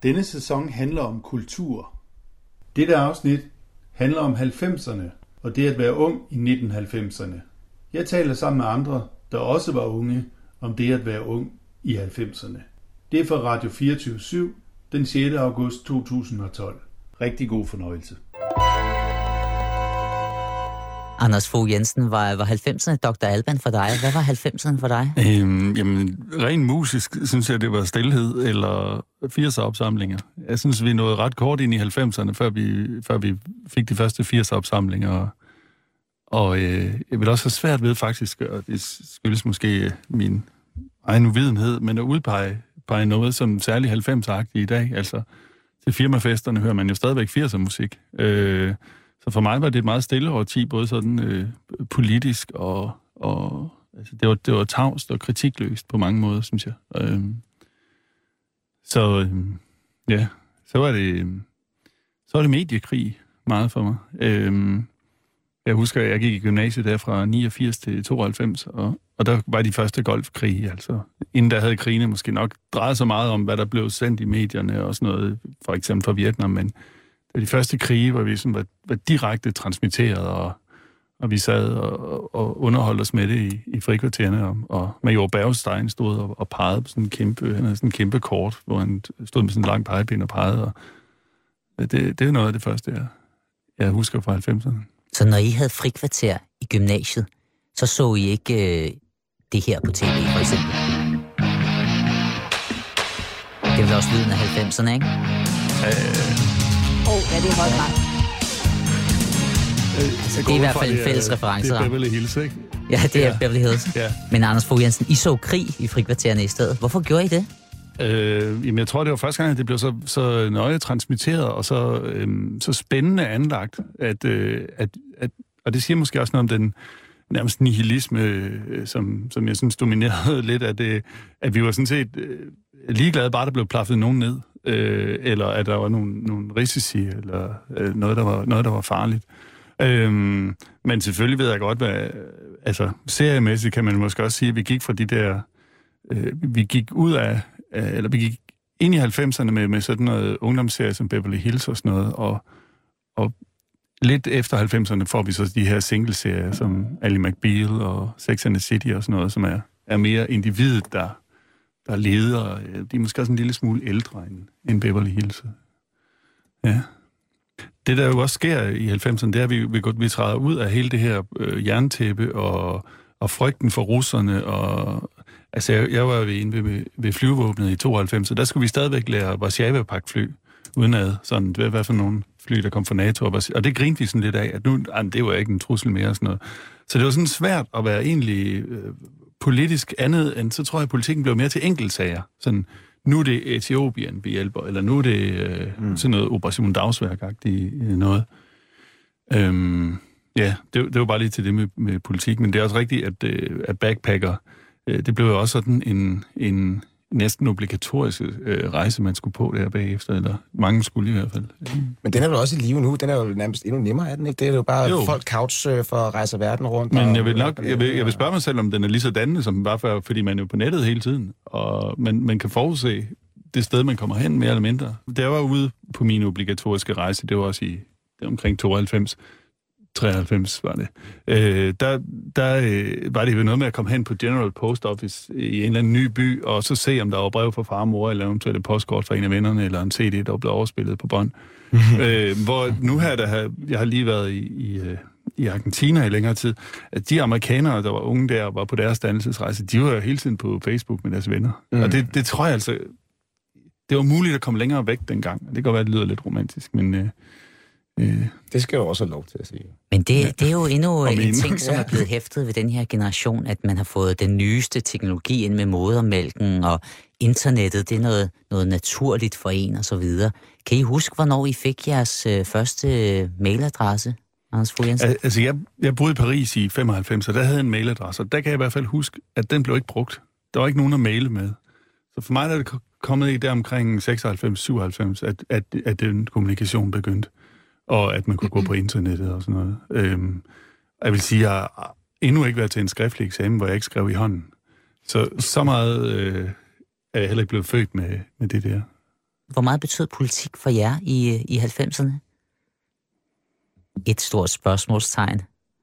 Denne sæson handler om kultur. Dette afsnit handler om 90'erne og det at være ung i 1990'erne. Jeg taler sammen med andre, der også var unge, om det at være ung i 90'erne. Det er fra Radio 24/7 den 6. august 2012. Rigtig god fornøjelse. Anders Fogh Jensen, var 90'erne Dr. Alban for dig? Hvad var 90'erne for dig? Jamen, rent musisk synes jeg, det var stilhed eller 80'er-opsamlinger. Jeg synes, vi nåede ret kort ind i 90'erne, før vi fik de første 80'er-opsamlinger. Og jeg vil også have svært ved faktisk, og det skyldes måske min egen uvidenhed, men at udpege noget som særlig 90'er-agtigt i dag. Altså, til firmafesterne hører man jo stadigvæk 80'er-musik. Så for mig var det et meget stille årti, både sådan politisk og altså det var tavst og kritikløst på mange måder, synes jeg. Så var det mediekrig meget for mig. Jeg husker, at jeg gik i gymnasiet der fra 89 til 92, og der var de første golfkrige, altså. Inden der havde krigene måske nok drejet så meget om, hvad der blev sendt i medierne og sådan noget, for eksempel fra Vietnam, men det var de første krige, hvor vi sådan var direkte transmitteret, og vi sad og underholdt os med det i frikvartererne, og Major Bergstein stod og pegede på sådan en kæmpe kort, hvor han stod med sådan en lang pegepind og pegede, og det er noget af det første, jeg husker fra 90'erne. Så når I havde frikvarter i gymnasiet, så I ikke det her på tv, for eksempel? Det var også lyden af 90'erne, ikke? Ja, det er højt meget. Altså, det er i hvert fald en fælles reference. Det er Beverly Hills, ikke? Ja, det er Beverly Hills. Ja. Men Anders Fogh Jensen, I så krig i frikvartererne i stedet. Hvorfor gjorde I det? Jamen, jeg tror, det var første gang, at det blev så nøje transmitteret, og så spændende anlagt, og det siger måske også noget om den nærmest nihilisme, som jeg synes dominerede lidt af det, at vi var sådan set ligeglade, bare der blev plaffet nogen ned, eller at der var nogle risici, eller noget, der var farligt. Men selvfølgelig ved jeg godt, seriemæssigt kan man måske også sige, at vi gik fra de der, vi gik ind i 90'erne med sådan noget ungdomsserie som Beverly Hills og sådan noget, og lidt efter 90'erne får vi så de her single-serier som Ally McBeal og Sex and the City og sådan noget, som er mere individet, der leder. De er måske også en lille smule ældre end Beverly Hills. Ja. Det, der jo også sker i 90'erne, det er, at vi træder ud af hele det her jerntæppe og frygten for russerne. Og, altså, jeg var ved flyvevåbnet i 92, så der skulle vi stadigvæk lære Warszawa-pagt-fly udenad. Sådan, det var i hvert fald nogle fly, der kom fra NATO. Og det grinte vi sådan lidt af, at nu, det var ikke en trussel mere og sådan noget. Så det var sådan svært at være egentlig politisk andet, end så tror jeg, at politikken blev mere til enkeltsager. Sådan, nu er det Etiopien, vi hjælper, eller nu er det sådan noget Operation Dagsværk-agtigt noget. Det var bare lige til det med politik, men det er også rigtigt, at backpacker, det blev jo også sådan en næsten obligatorisk rejse, man skulle på der bagefter, eller mange skulle i hvert fald. Men den er jo også i live nu, den er jo nærmest endnu nemmere, er den ikke? Det er jo bare folk couchsurfer og rejser verden rundt. Men jeg vil spørge mig selv, om den er lige så dannende, som den var før, fordi man er jo på nettet hele tiden, og man kan forudse det sted, man kommer hen, mere eller mindre. Da jeg var ude på min obligatoriske rejse, det var også omkring 92, 93 var det. Der var det jo noget med at komme hen på General Post Office i en eller anden ny by, og så se, om der var brev fra far og mor, eller eventuelt et postkort fra en af vennerne, eller en CD, der blev overspillet på bånd. Hvor nu her, jeg har lige været i Argentina i længere tid, at de amerikanere, der var unge der, var på deres dannelsesrejse, de var hele tiden på Facebook med deres venner. Og det tror jeg altså, det var muligt at komme længere væk dengang. Det kan godt være, at det lyder lidt romantisk, men det skal jo også have lov til at sige. Men det er jo endnu en ting, som er blevet hæftet ved den her generation, at man har fået den nyeste teknologi ind med modermælken, og internettet, det er noget naturligt for en, og så videre. Kan I huske, hvornår I fik jeres første mailadresse, Anders Fogh Jensen? Altså, jeg boede i Paris i 95, og der havde en mailadresse, og der kan jeg i hvert fald huske, at den blev ikke brugt. Der var ikke nogen at maile med. Så for mig er det kommet i der omkring 96-97, at den kommunikation begyndte, og at man kunne gå på internettet og sådan noget. Jeg vil sige, at jeg har endnu ikke været til en skriftlig eksamen, hvor jeg ikke skrev i hånden. Så meget er jeg heller ikke blevet født med det der. Hvor meget betød politik for jer i 90'erne? Et stort spørgsmålstegn.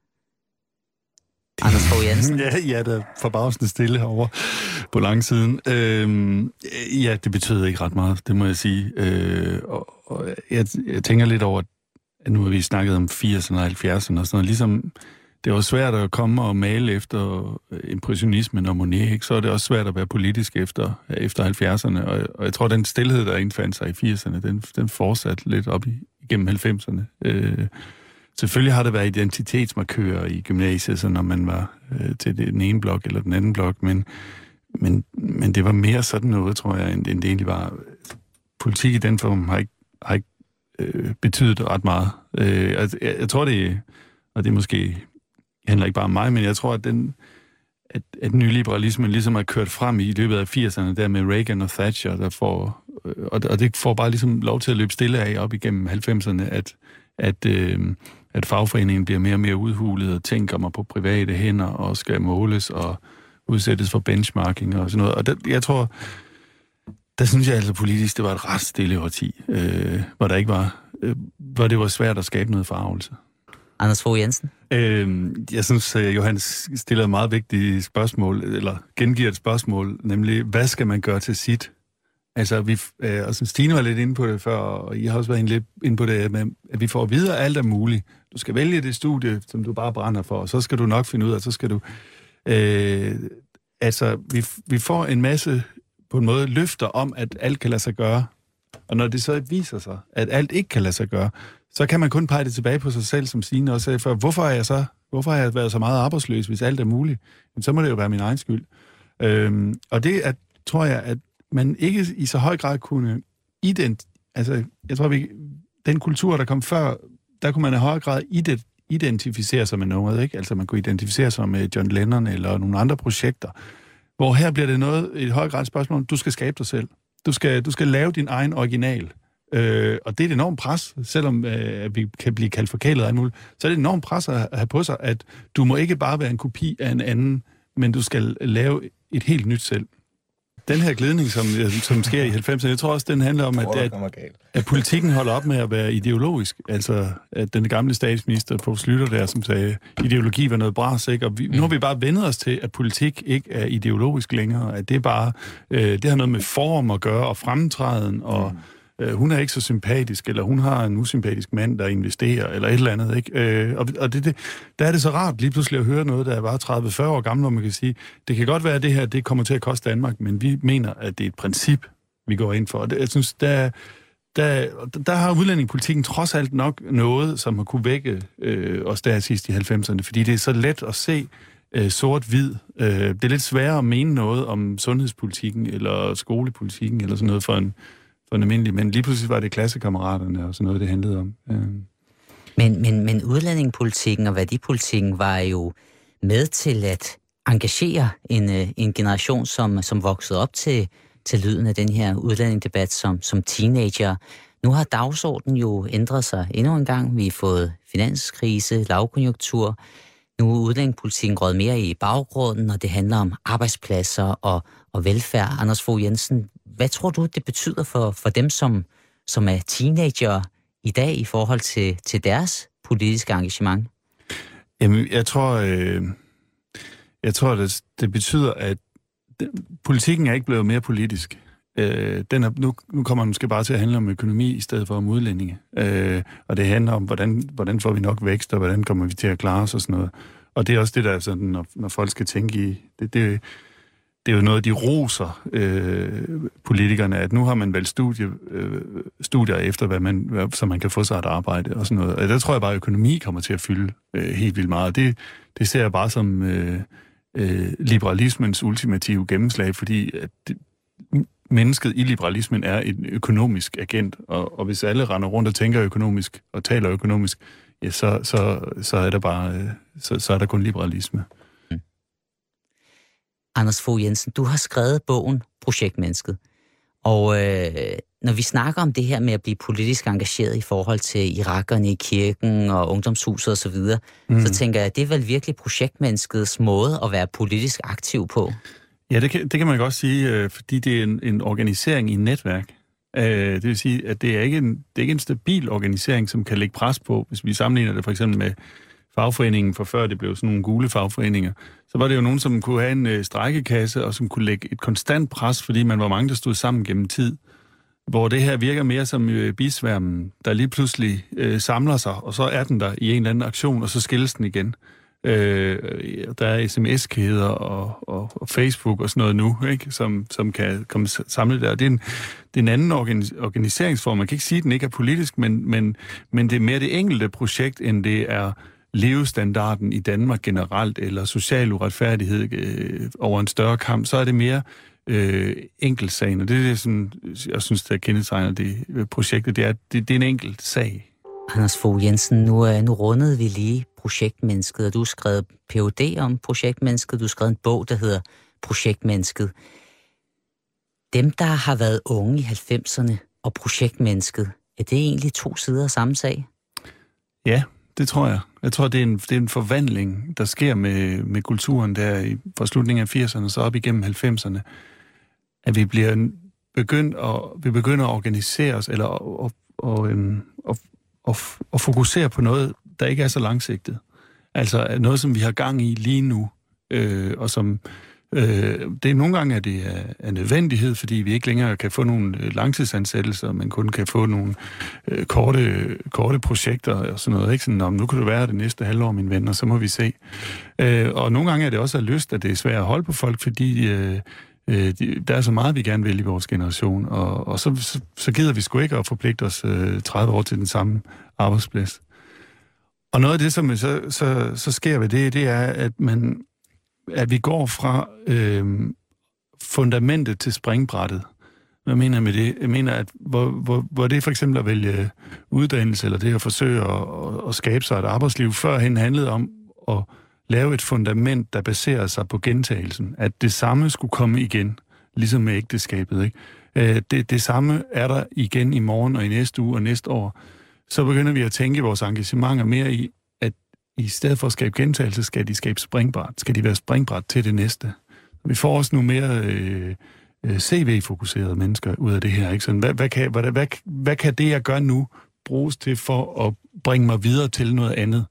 Anders Fogh Jensen? Ja, der er forbavsende stille herovre på langsiden. Ja, det betyder ikke ret meget, det må jeg sige. Og jeg tænker lidt over, at nu har vi snakket om 80'erne og 70'erne og sådan noget. Ligesom det var svært at komme og male efter impressionismen og Monet, ikke? Så er det også svært at være politisk efter 70'erne. Og jeg tror, den stilhed, der indfandt sig i 80'erne, den fortsatte lidt op igennem 90'erne. Selvfølgelig har det været identitetsmarkører i gymnasiet, så når man var til den ene blok eller den anden blok, men det var mere sådan noget, tror jeg, end det egentlig var. Politik i den form har ikke betydet ret meget. Jeg tror, og det måske handler ikke bare om mig, men jeg tror, at nyliberalismen ligesom er kørt frem i løbet af 80'erne, der med Reagan og Thatcher, og det får bare ligesom lov til at løbe stille af op igennem 90'erne, at fagforeningen bliver mere og mere udhulet, og ting kommer på private hænder, og skal måles og udsættes for benchmarking og sådan noget. Og jeg tror, der synes jeg altså politisk, det var et ret stille årti, hvor det var svært at skabe noget forarvelse. Anders Fogh Jensen? Jeg synes, Johannes stiller et meget vigtigt spørgsmål, eller gengiver et spørgsmål, nemlig, hvad skal man gøre til sit? Altså, og som Stine var lidt inde på det før, og I har også været lidt inde på det, at vi får videre alt er muligt. Du skal vælge det studie, som du bare brænder for, og så skal du nok finde ud af, så skal du... vi får en masse, på en måde, løfter om, at alt kan lade sig gøre. Og når det så viser sig, at alt ikke kan lade sig gøre, så kan man kun pege det tilbage på sig selv, som Stine også sagde før. Hvorfor har jeg været så meget arbejdsløs, hvis alt er muligt? Men så må det jo være min egen skyld. Og det tror jeg, at man ikke i så høj grad kunne jeg tror, den kultur, der kom før, der kunne man i høj grad identificere sig med noget, ikke? Altså man kunne identificere sig med John Lennon eller nogle andre projekter, hvor her bliver det i høj grad et spørgsmål, du skal skabe dig selv. Du skal lave din egen original. Og det er et enormt pres, selvom vi kan blive kaldt forkælet af muligt, så er det et enormt pres at have på sig, at du må ikke bare være en kopi af en anden, men du skal lave et helt nyt selv. Den her glidning, som sker i 90'erne, jeg tror også, den handler om, at politikken holder op med at være ideologisk. Altså, at den gamle statsminister, Poul Schlüter der, som sagde, ideologi var noget bras, ikke? Og nu har vi bare vendet os til, at politik ikke er ideologisk længere. At det er bare, det har noget med form at gøre, og fremtræden, og hun er ikke så sympatisk, eller hun har en usympatisk mand, der investerer, eller et eller andet, ikke? Og der er det så rart lige pludselig at høre noget, der var 30-40 år gammel, hvor man kan sige, det kan godt være, at det her, det kommer til at koste Danmark, men vi mener, at det er et princip, vi går ind for. Jeg synes, der har udlændingepolitikken trods alt nok noget, som har kunne vække os der sidst i 90'erne, fordi det er så let at se sort-hvid. Det er lidt sværere at mene noget om sundhedspolitikken, eller skolepolitikken, eller sådan noget for en almindelig, men lige pludselig var det klassekammeraterne og sådan noget, det handlede om. Men udlændingepolitikken og værdipolitikken var jo med til at engagere en generation, som voksede op til lyden af den her udlændingedebat som teenager. Nu har dagsordenen jo ændret sig endnu en gang. Vi har fået finanskrise, lavkonjunktur. Nu er udlændingepolitikken røget mere i baggrunden, når det handler om arbejdspladser og velfærd. Anders Fogh Jensen, hvad tror du, det betyder for dem, som er teenager i dag i forhold til deres politiske engagement? Jamen, jeg tror, det betyder, at politikken er ikke blevet mere politisk. Nu kommer den måske bare til at handle om økonomi i stedet for om udlændinge. Og det handler om, hvordan får vi nok vækst, og hvordan kommer vi til at klare os og sådan noget. Og det er også det, der er sådan, når folk skal tænke i... Det er jo noget, de roser politikerne, at nu har man valgt studier efter, så man kan få sig et arbejde og sådan noget. Og der tror jeg bare, at økonomi kommer til at fylde helt vildt meget. Det ser jeg bare som liberalismens ultimative gennemslag, fordi at mennesket i liberalismen er en økonomisk agent, og hvis alle render rundt og tænker økonomisk og taler økonomisk, ja, så er der bare så er der kun liberalisme. Anders Fogh Jensen, du har skrevet bogen Projektmennesket, og når vi snakker om det her med at blive politisk engageret i forhold til irakerne i kirken og ungdomshuset osv., så tænker jeg, at det er vel virkelig projektmenneskets måde at være politisk aktiv på? Ja, det kan man godt sige, fordi det er en organisering i netværk. Det vil sige, at det er ikke en stabil organisering, som kan lægge pres på. Hvis vi sammenligner det for eksempel med fagforeningen, for før det blev sådan nogle gule fagforeninger, så var det jo nogen, som kunne have en strejkekasse, og som kunne lægge et konstant pres, fordi man var mange, der stod sammen gennem tid. Hvor det her virker mere som bisværmen, der lige pludselig samler sig, og så er den der i en eller anden aktion, og så skilles den igen. Der er sms-kæder og Facebook og sådan noget nu, ikke? Som kan komme samlet der. Det er en anden organiseringsform. Man kan ikke sige, at den ikke er politisk, men det er mere det enkelte projekt, end det er levestandarden i Danmark generelt, eller social uretfærdighed over en større kamp. Så er det mere enkeltsagen, og det er sådan, jeg synes, der kendetegner det projektet, det er en enkelt sag. Anders Fogh Jensen, nu rundede vi lige projektmennesket, og du har skrevet Ph.D. om projektmennesket, du har skrevet en bog, der hedder Projektmennesket. Dem, der har været unge i 90'erne og projektmennesket, er det egentlig to sider af samme sag? Ja, det tror jeg. Jeg tror, det er en forvandling, der sker med kulturen der fra slutningen af 80'erne så op igennem 90'erne. At vi begynder at organisere os, eller og fokusere på noget, der ikke er så langsigtet. Altså noget, som vi har gang i lige nu, og som det er nogle gange, at det er nødvendighed, fordi vi ikke længere kan få nogle langtidsansættelser, men kun kan få nogle korte projekter og sådan noget. Ikke? Sådan, nu kan det være det næste halvår, mine venner, så må vi se. Og nogle gange er det også af lyst, at det er svært at holde på folk, fordi der er så meget, vi gerne vil i vores generation, og så gider vi sgu ikke at forpligte os 30 år til den samme arbejdsplads. Og noget af det, som så sker ved det er, at vi går fra fundamentet til springbrættet. Hvad mener jeg med det? Jeg mener, at hvor det for eksempel at vælge uddannelse, eller det at forsøge at skabe sig et arbejdsliv, førhen handlede om at lave et fundament, der baserer sig på gentagelsen. At det samme skulle komme igen, ligesom med ægteskabet. Ikke? Det samme er der igen i morgen og i næste uge og næste år. Så begynder vi at tænke vores engagementer mere i, at i stedet for at skabe gentagelse, skal de skabe springbræt. Skal de være springbræt til det næste. Vi får også nu mere CV-fokuserede mennesker ud af det her. Ikke? Sådan, hvad kan det, jeg gør nu, bruges til for at bringe mig videre til noget andet?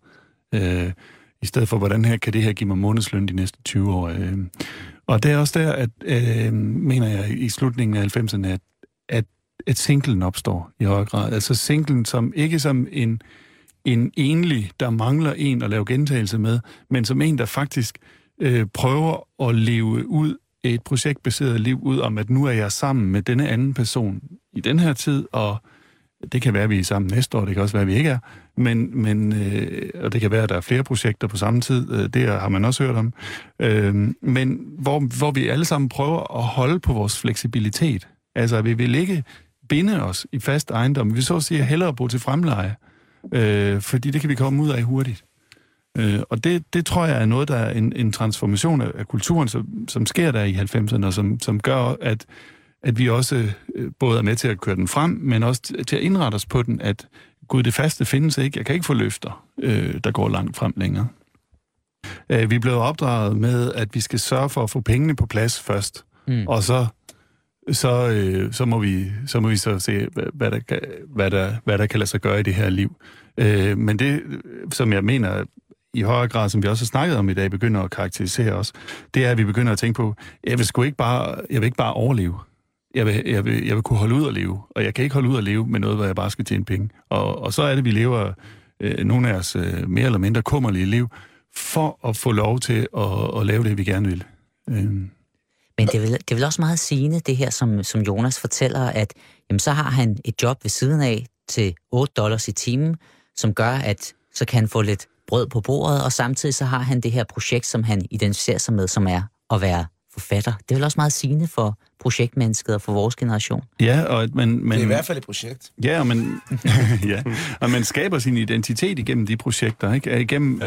I stedet for, hvordan her kan det her give mig månedsløn de næste 20 år. Og det er også der, at mener jeg i slutningen af 90'erne, at singlen opstår i højere grad. Altså singlen som ikke som en enlig, der mangler en at lave gentagelse med, men som en, der faktisk prøver at leve ud et projektbaseret liv ud om, at nu er jeg sammen med denne anden person i den her tid, og det kan være, at vi er sammen næste år, det kan også være, at vi ikke er, men og det kan være, at der er flere projekter på samme tid, det har man også hørt om, men hvor vi alle sammen prøver at holde på vores fleksibilitet. Altså, vi vil ikke binde os i fast ejendom. Vi så at sige hellere bo til fremleje, fordi det kan vi komme ud af hurtigt. Og det tror jeg er noget, der er en transformation af kulturen, som sker der i 90'erne, og som gør, at vi også både er med til at køre den frem, men også til at indrette os på den, at gud, det faste findes ikke. Jeg kan ikke få løfter, der går langt frem længere. Vi er blevet opdraget med, at vi skal sørge for at få pengene på plads først, og så må vi så se, hvad der kan lade sig gøre i det her liv. Men det, som jeg mener, i højere grad, som vi også har snakket om i dag, begynder at karakterisere os, det er, at vi begynder at tænke på, jeg vil ikke bare overleve. Jeg vil kunne holde ud at leve, og jeg kan ikke holde ud at leve med noget, hvor jeg bare skal tjene penge. Og så er det, vi lever nogle af os mere eller mindre kummerlige liv, for at få lov til at lave det, vi gerne vil. Men det er vel også meget sigende, det her, som Jonas fortæller, at jamen, så har han et job ved siden af til $8 i timen, som gør, at så kan han få lidt brød på bordet, og samtidig så har han det her projekt, som han identificerer sig med, som er at være forfatter. Det er vel også meget sigende for projektmennesket og for vores generation. Ja, og men det er i hvert fald et projekt. Ja, og man skaber sin identitet igennem de projekter, ikke? Igennem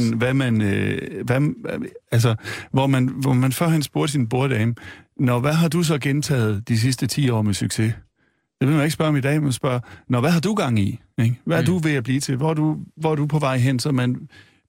hvor man førhen spurgte sin borddame, hvad har du så gentaget de sidste 10 år med succes? Det vil man ikke spørge om i dag, men spørge, hvad har du gang i? Ikke? Hvad er du ved at blive til? Hvor er du på vej hen? Så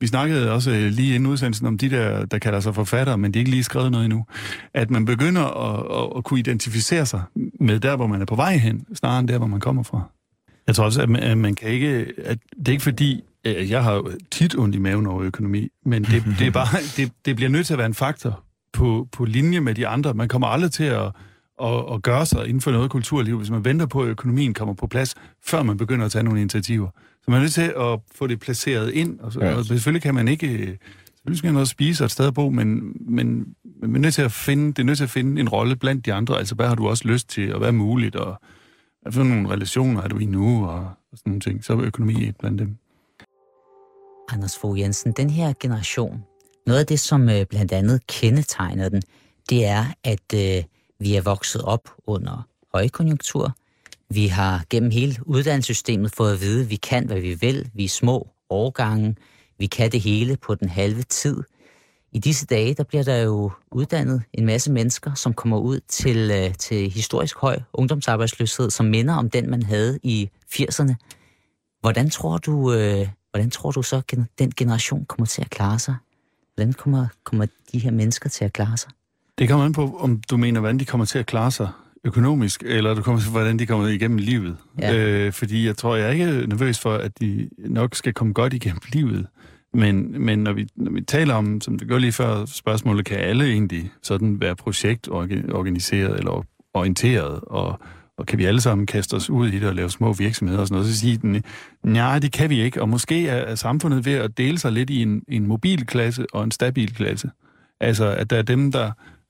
Vi snakkede også lige inden udsendelsen om de der kalder sig forfattere, men de er ikke lige skrevet noget endnu. At man begynder at kunne identificere sig med der, hvor man er på vej hen, snarere end der, hvor man kommer fra. Jeg tror også, at man kan ikke... At det er ikke fordi... Jeg har jo tit ondt i maven over økonomi, men det er bare... Det bliver nødt til at være en faktor på linje med de andre. Man kommer aldrig til at gøre sig inden for noget kulturliv, hvis man venter på, at økonomien kommer på plads, før man begynder at tage nogle initiativer. Så man er nødt til at få det placeret ind. Og selvfølgelig kan man ikke... Selvfølgelig skal man også spise og et sted at bo, men man er nødt til at finde en rolle blandt de andre. Altså, hvad har du også lyst til, og hvad er muligt, og hvad nogle relationer er du i nu, og sådan nogle ting. Så er økonomi et blandt dem. Anders Fogh Jensen, den her generation, noget af det, som blandt andet kendetegner den, det er, at vi er vokset op under højkonjunktur. Vi har gennem hele uddannelsessystemet fået at vide, at vi kan, hvad vi vil. Vi er små årgange. Vi kan det hele på den halve tid. I disse dage, der bliver der jo uddannet en masse mennesker, som kommer ud til historisk høj ungdomsarbejdsløshed, som minder om den, man havde i 80'erne. Hvordan tror du så, at den generation kommer til at klare sig? Hvordan kommer de her mennesker til at klare sig? Det kommer an på, om du mener, hvordan de kommer til at klare sig økonomisk, eller du kommer til, hvordan de kommer igennem livet. Ja. Fordi jeg er ikke nervøs for, at de nok skal komme godt igennem livet. Men når vi taler om, som du gjorde lige før spørgsmålet, kan alle egentlig sådan være projektorganiseret eller orienteret, og kan vi alle sammen kaste os ud i det og lave små virksomheder og sådan noget, så siger den, nej, det kan vi ikke, og måske er samfundet ved at dele sig lidt i en mobil klasse og en stabil klasse. Altså, at der er dem, der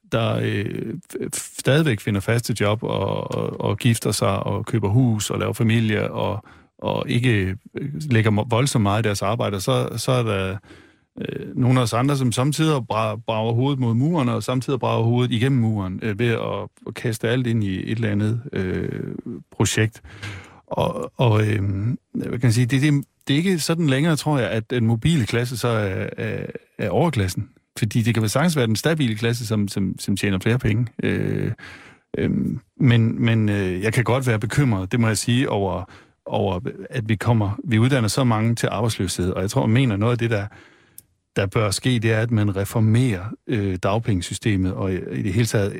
stadigvæk finder faste job og gifter sig og køber hus og laver familie og ikke lægger voldsomt meget i deres arbejde, så er der nogle af os andre, som samtidig brager hovedet mod muren, og samtidig brager hovedet igennem muren ved at kaste alt ind i et eller andet projekt. Og hvad kan jeg sige, det er ikke sådan længere, tror jeg, at den mobile klasse så er overklassen. Fordi det kan vel sagtens være den stabile klasse, som tjener flere penge. Men jeg kan godt være bekymret, det må jeg sige, over at vi uddanner så mange til arbejdsløshed. Og jeg mener, noget af det, der bør ske, det er, at man reformerer dagpengesystemet og i det hele taget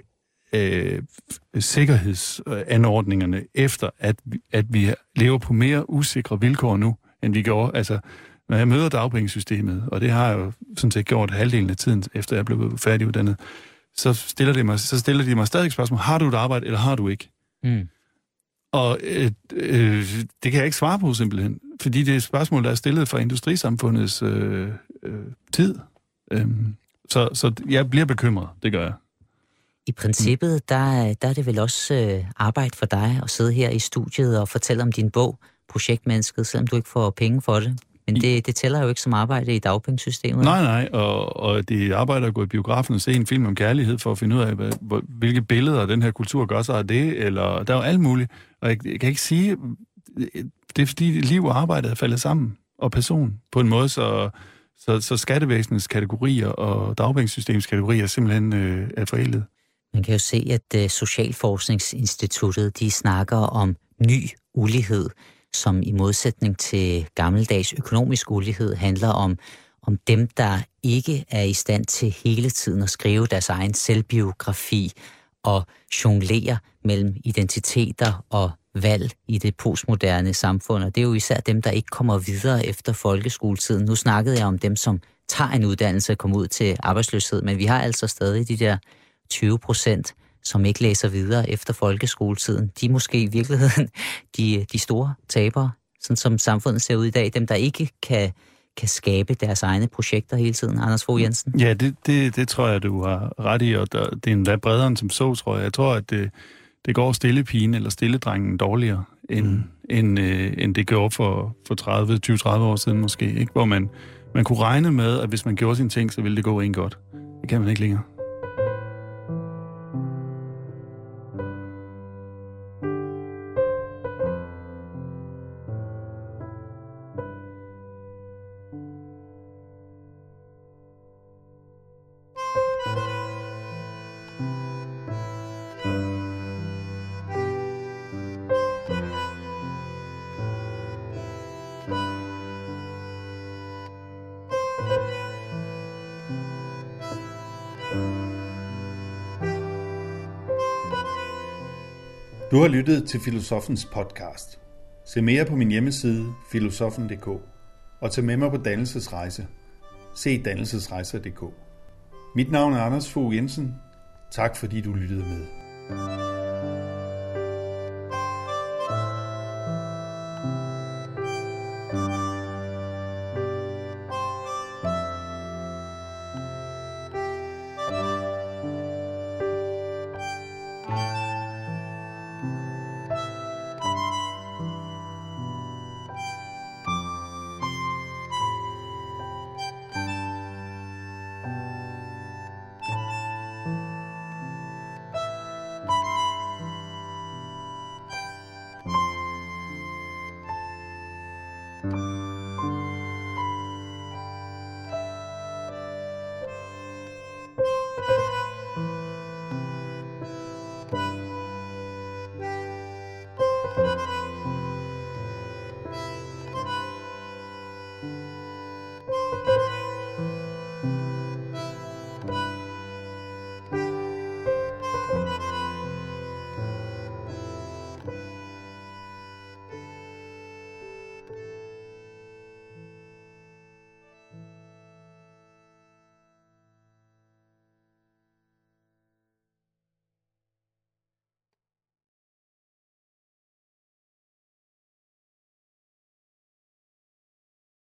sikkerhedsanordningerne efter, at vi lever på mere usikre vilkår nu, end vi gjorde. Altså, når jeg møder dagpengesystemet, og det har jeg jo sådan set gjort halvdelen af tiden, efter jeg blev færdiguddannet, så stiller de mig stadig spørgsmål, har du et arbejde, eller har du ikke? Mm. Og det kan jeg ikke svare på simpelthen, fordi det er et spørgsmål, der er stillet fra industrisamfundets tid. Så jeg bliver bekymret, det gør jeg. I princippet, der er det vel også arbejde for dig at sidde her i studiet og fortælle om din bog, Projektmennesket, selvom du ikke får penge for det. Men det tæller jo ikke som arbejde i dagpengesystemet. Nej, og det er arbejde at gå i biografen og se en film om kærlighed for at finde ud af, hvilke billeder den her kultur gør sig af det, eller der er jo alt muligt. Og jeg kan ikke sige, det er fordi liv og arbejde er faldet sammen, og person, på en måde, så skattevæsenets kategorier og dagpengesystemets kategorier simpelthen er forældet. Man kan jo se, at Socialforskningsinstituttet, de snakker om ny ulighed, som i modsætning til gammeldags økonomisk ulighed handler om dem, der ikke er i stand til hele tiden at skrive deres egen selvbiografi og jonglere mellem identiteter og valg i det postmoderne samfund. Og det er jo især dem, der ikke kommer videre efter folkeskoletiden. Nu snakkede jeg om dem, som tager en uddannelse og kommer ud til arbejdsløshed, men vi har altså stadig de der 20%, som ikke læser videre efter folkeskoletiden. De er måske i virkeligheden de store tabere, sådan som samfundet ser ud i dag. Dem, der ikke kan skabe deres egne projekter hele tiden. Anders Fogh Jensen? Ja, det tror jeg, du har ret i, og det er endda bredere end som så, tror jeg. Jeg tror, at det går stillepigen eller stilledrengen dårligere, end det gjorde for 20-30 år siden måske. Ikke? Hvor man kunne regne med, at hvis man gjorde sine ting, så ville det gå en godt. Det kan man ikke længere. Du har lyttet til Filosofens podcast. Se mere på min hjemmeside filosofen.dk og tag med mig på dannelsesrejse. Se dannelsesrejser.dk. Mit navn er Anders Fogh Jensen. Tak fordi du lyttede med.